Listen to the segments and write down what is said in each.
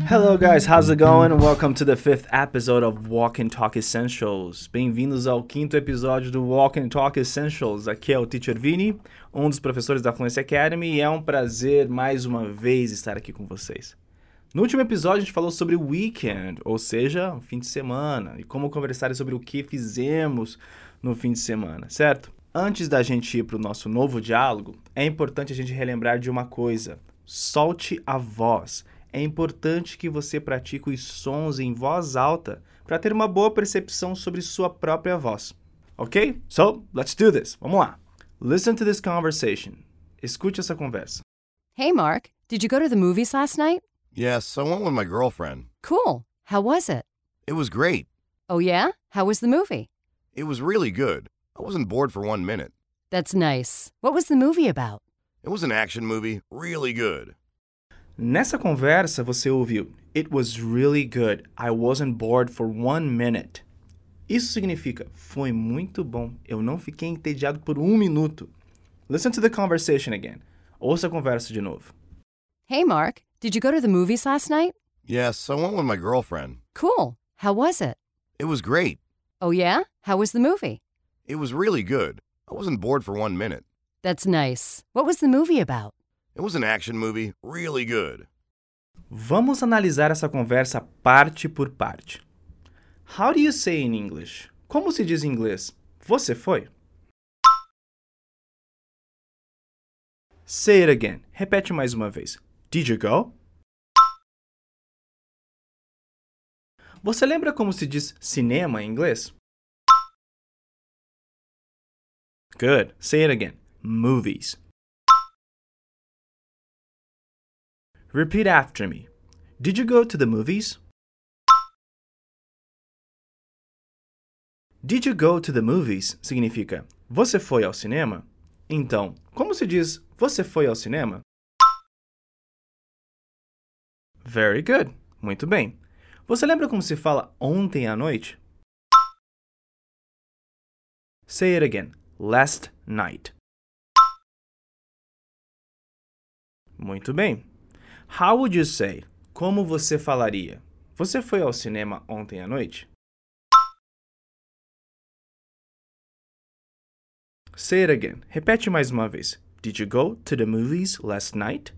Hello guys, how's it going? Welcome to the 5th episode of Walk and Talk Essentials. Bem-vindos ao 5º episódio do Walk and Talk Essentials. Aqui é o Teacher Vini, um dos professores da Fluency Academy, e é um prazer mais uma vez estar aqui com vocês. No último episódio a gente falou sobre o weekend, ou seja, o fim de semana, e como conversar sobre o que fizemos no fim de semana, certo? Antes da gente ir para o nosso novo diálogo, é importante a gente relembrar de uma coisa: solte a voz. É importante que você pratique os sons em voz alta para ter uma boa percepção sobre sua própria voz. Ok? So, let's do this. Vamos lá. Listen to this conversation. Escute essa conversa. Hey, Mark, did you go to the movies last night? Yes, I went with my girlfriend. Cool. How was it? It was great. Oh, yeah? How was the movie? It was really good. I wasn't bored for 1 minute. That's nice. What was the movie about? It was an action movie, really good. Nessa conversa, você ouviu It was really good. I wasn't bored for 1 minute. Isso significa foi muito bom. Eu não fiquei entediado por 1 minuto. Listen to the conversation again. Ouça a conversa de novo. Hey, Mark, did you go to the movies last night? Yes, I went with my girlfriend. Cool. How was it? It was great. Oh, yeah? How was the movie? It was really good. I wasn't bored for 1 minute. That's nice. What was the movie about? It was an action movie, really good. Vamos analisar essa conversa parte por parte. How do you say in English? Como se diz em inglês? Você foi? Say it again. Repete mais uma vez. Did you go? Você lembra como se diz cinema em inglês? Good. Say it again. Movies. Repeat after me. Did you go to the movies? Did you go to the movies significa você foi ao cinema? Então, como se diz você foi ao cinema? Very good. Muito bem. Você lembra como se fala ontem à noite? Say it again. Last night. Muito bem. How would you say? Como você falaria? Você foi ao cinema ontem à noite? Say it again. Repete mais uma vez. Did you go to the movies last night?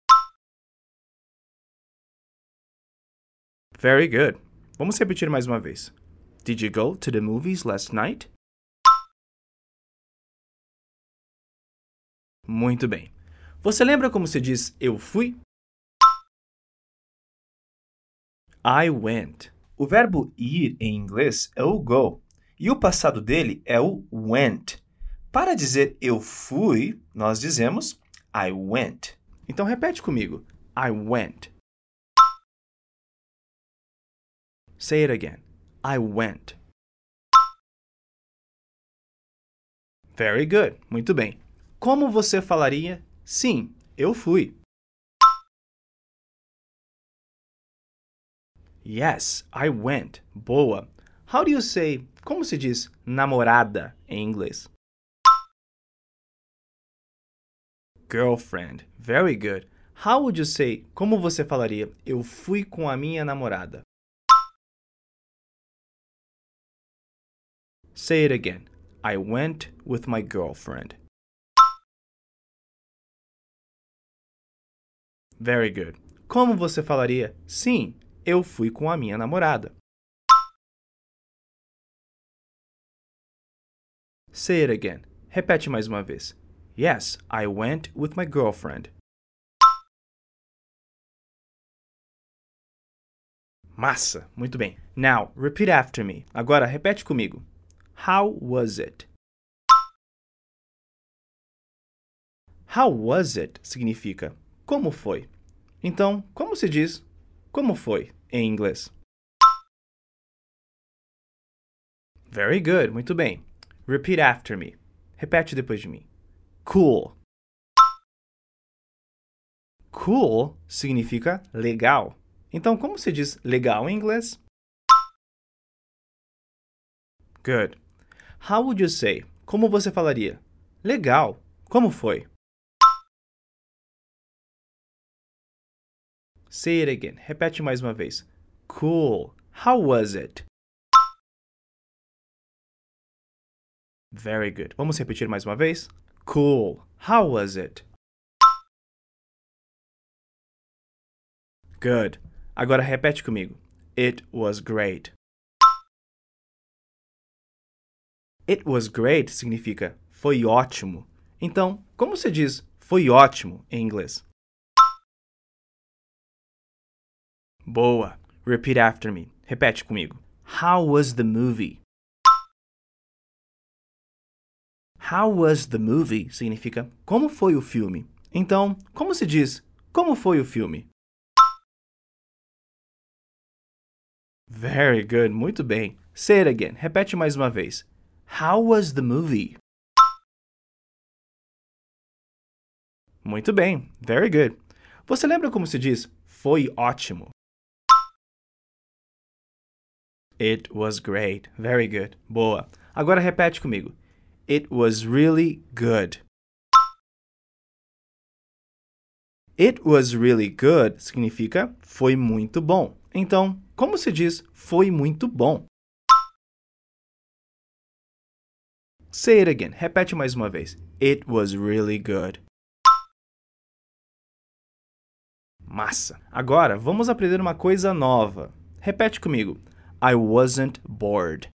Very good. Vamos repetir mais uma vez. Did you go to the movies last night? Muito bem. Você lembra como se diz eu fui? I went. O verbo ir em inglês é o go, e o passado dele é o went. Para dizer eu fui, nós dizemos I went. Então repete comigo. I went. Say it again. I went. Very good. Muito bem. Como você falaria? Sim, eu fui. Yes, I went. Boa. How do you say, como se diz namorada em inglês? Girlfriend. Very good. How would you say, como você falaria, eu fui com a minha namorada? Say it again. I went with my girlfriend. Very good. Como você falaria, sim, eu fui com a minha namorada? Say it again. Repete mais uma vez. Yes, I went with my girlfriend. Massa! Muito bem. Now, repeat after me. Agora, repete comigo. How was it? How was it significa como foi. Então, como se diz como foi em inglês? Very good. Muito bem. Repeat after me. Repete depois de mim. Cool. Cool significa legal. Então, como se diz legal em inglês? Good. How would you say? Como você falaria? Legal. Como foi? Say it again. Repete mais uma vez. Cool. How was it? Very good. Vamos repetir mais uma vez? Cool. How was it? Good. Agora repete comigo. It was great. It was great significa foi ótimo. Então, como se diz foi ótimo em inglês? Boa. Repeat after me. Repete comigo. How was the movie? How was the movie significa como foi o filme. Então, como se diz como foi o filme? Very good. Muito bem. Say it again. Repete mais uma vez. How was the movie? Muito bem. Very good. Você lembra como se diz foi ótimo? It was great. Very good. Boa. Agora repete comigo. It was really good. It was really good significa foi muito bom. Então, como se diz foi muito bom? Say it again. Repete mais uma vez. It was really good. Massa! Agora, vamos aprender uma coisa nova. Repete comigo. I wasn't bored.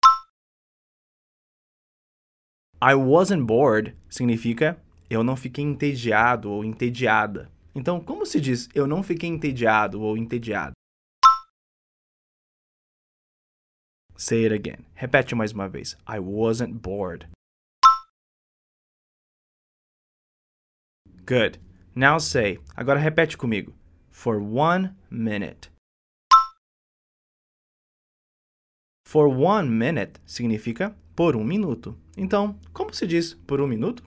I wasn't bored significa eu não fiquei entediado ou entediada. Então, como se diz eu não fiquei entediado ou entediada? Say it again. Repete mais uma vez. I wasn't bored. Good. Now say. Agora repete comigo. For 1 minute. For 1 minute significa por 1 minuto. Então, como se diz por 1 minuto?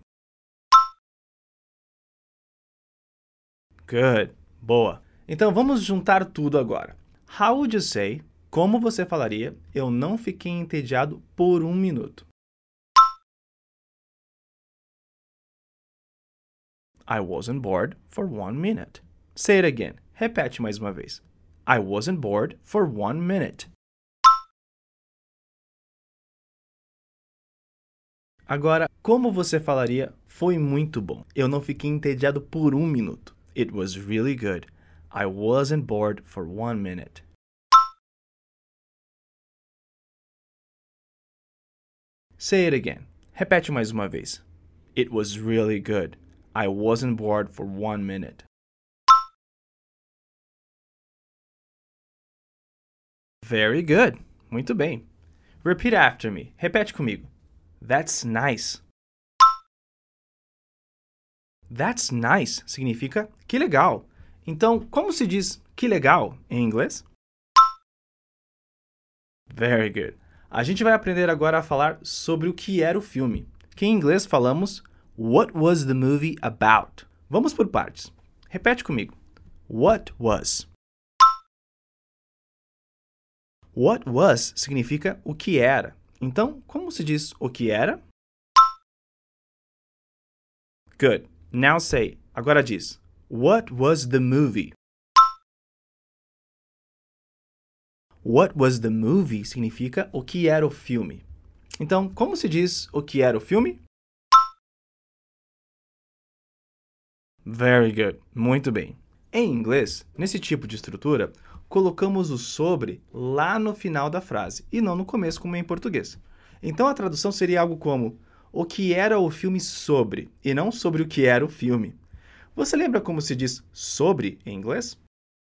Good. Boa. Então, vamos juntar tudo agora. How would you say, como você falaria, eu não fiquei entediado por 1 minuto? I wasn't bored for 1 minute. Say it again. Repete mais uma vez. I wasn't bored for 1 minute. Agora, como você falaria, foi muito bom. Eu não fiquei entediado por 1 minuto. It was really good. I wasn't bored for 1 minute. Say it again. Repete mais uma vez. It was really good. I wasn't bored for 1 minute. Very good. Muito bem. Repeat after me. Repete comigo. That's nice. That's nice significa que legal. Então, como se diz que legal em inglês? Very good. A gente vai aprender agora a falar sobre o que era o filme, que em inglês falamos What was the movie about? Vamos por partes. Repete comigo. What was? What was significa o que era. Então, como se diz o que era? Good. Now say. Agora diz. What was the movie? What was the movie significa o que era o filme. Então, como se diz o que era o filme? Very good. Muito bem. Em inglês, nesse tipo de estrutura, colocamos o sobre lá no final da frase e não no começo como em português. Então a tradução seria algo como o que era o filme sobre e não sobre o que era o filme. Você lembra como se diz sobre em inglês?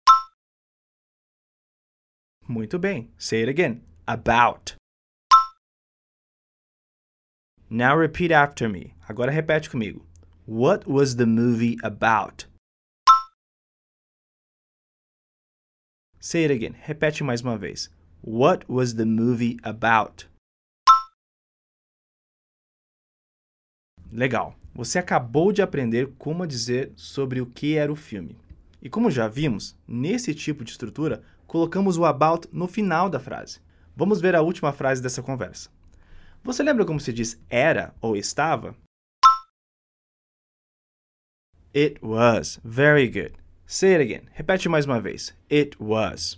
Muito bem. Say it again. About. Now repeat after me. Agora repete comigo. What was the movie about? Say it again. Repete mais uma vez. What was the movie about? Legal. Você acabou de aprender como dizer sobre o que era o filme. E como já vimos, nesse tipo de estrutura, colocamos o about no final da frase. Vamos ver a última frase dessa conversa. Você lembra como se diz era ou estava? It was. Very good. Say it again. Repete mais uma vez. It was.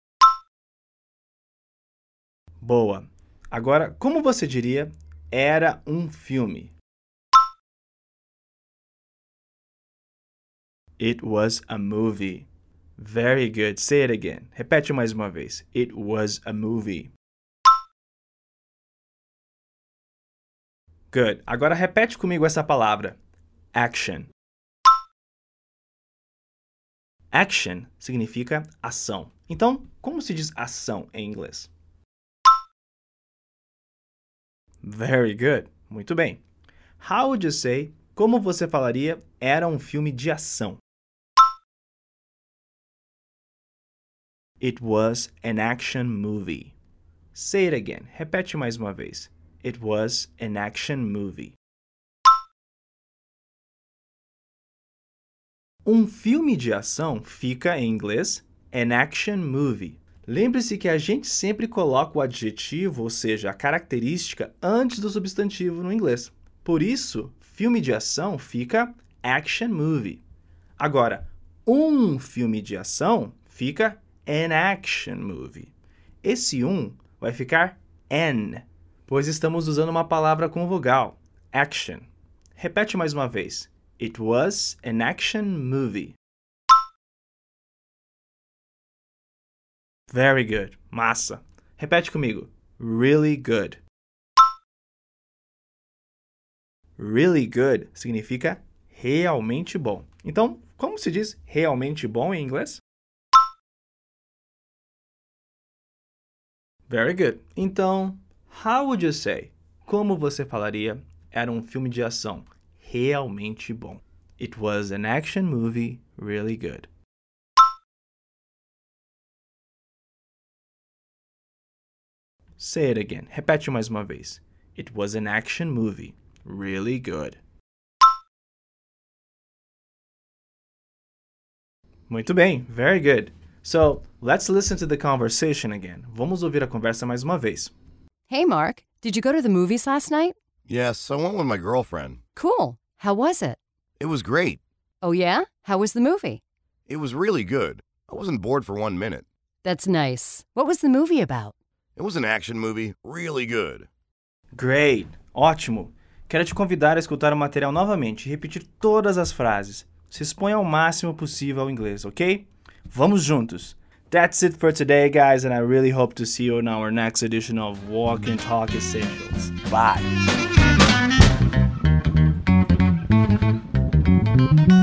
Boa. Agora, como você diria, era um filme? It was a movie. Very good. Say it again. Repete mais uma vez. It was a movie. Good. Agora repete comigo essa palavra. Action. Action significa ação. Então, como se diz ação em inglês? Very good. Muito bem. How would you say, como você falaria, era um filme de ação? It was an action movie. Say it again. Repete mais uma vez. It was an action movie. Um filme de ação fica, em inglês, an action movie. Lembre-se que a gente sempre coloca o adjetivo, ou seja, a característica, antes do substantivo no inglês. Por isso, filme de ação fica action movie. Agora, um filme de ação fica an action movie. Esse vai ficar an, pois estamos usando uma palavra com vogal, action. Repete mais uma vez. It was an action movie. Very good. Massa. Repete comigo. Really good. Really good significa realmente bom. Então, como se diz realmente bom em inglês? Very good. Então, how would you say? Como você falaria era um filme de ação realmente bom? It was an action movie really good. Say it again. Repete mais uma vez. It was an action movie really good. Muito bem. Very good. So, let's listen to the conversation again. Vamos ouvir a conversa mais uma vez. Hey, Mark, did you go to the movies last night? Yes, I went with my girlfriend. Cool. How was it? It was great. Oh, yeah? How was the movie? It was really good. I wasn't bored for 1 minute. That's nice. What was the movie about? It was an action movie, really good. Great. Ótimo. Quero te convidar a escutar o material novamente e repetir todas as frases. Se exponha ao máximo possível ao inglês, ok? Vamos juntos. That's it for today, guys, and I really hope to see you in our next edition of Walk and Talk Essentials. Bye.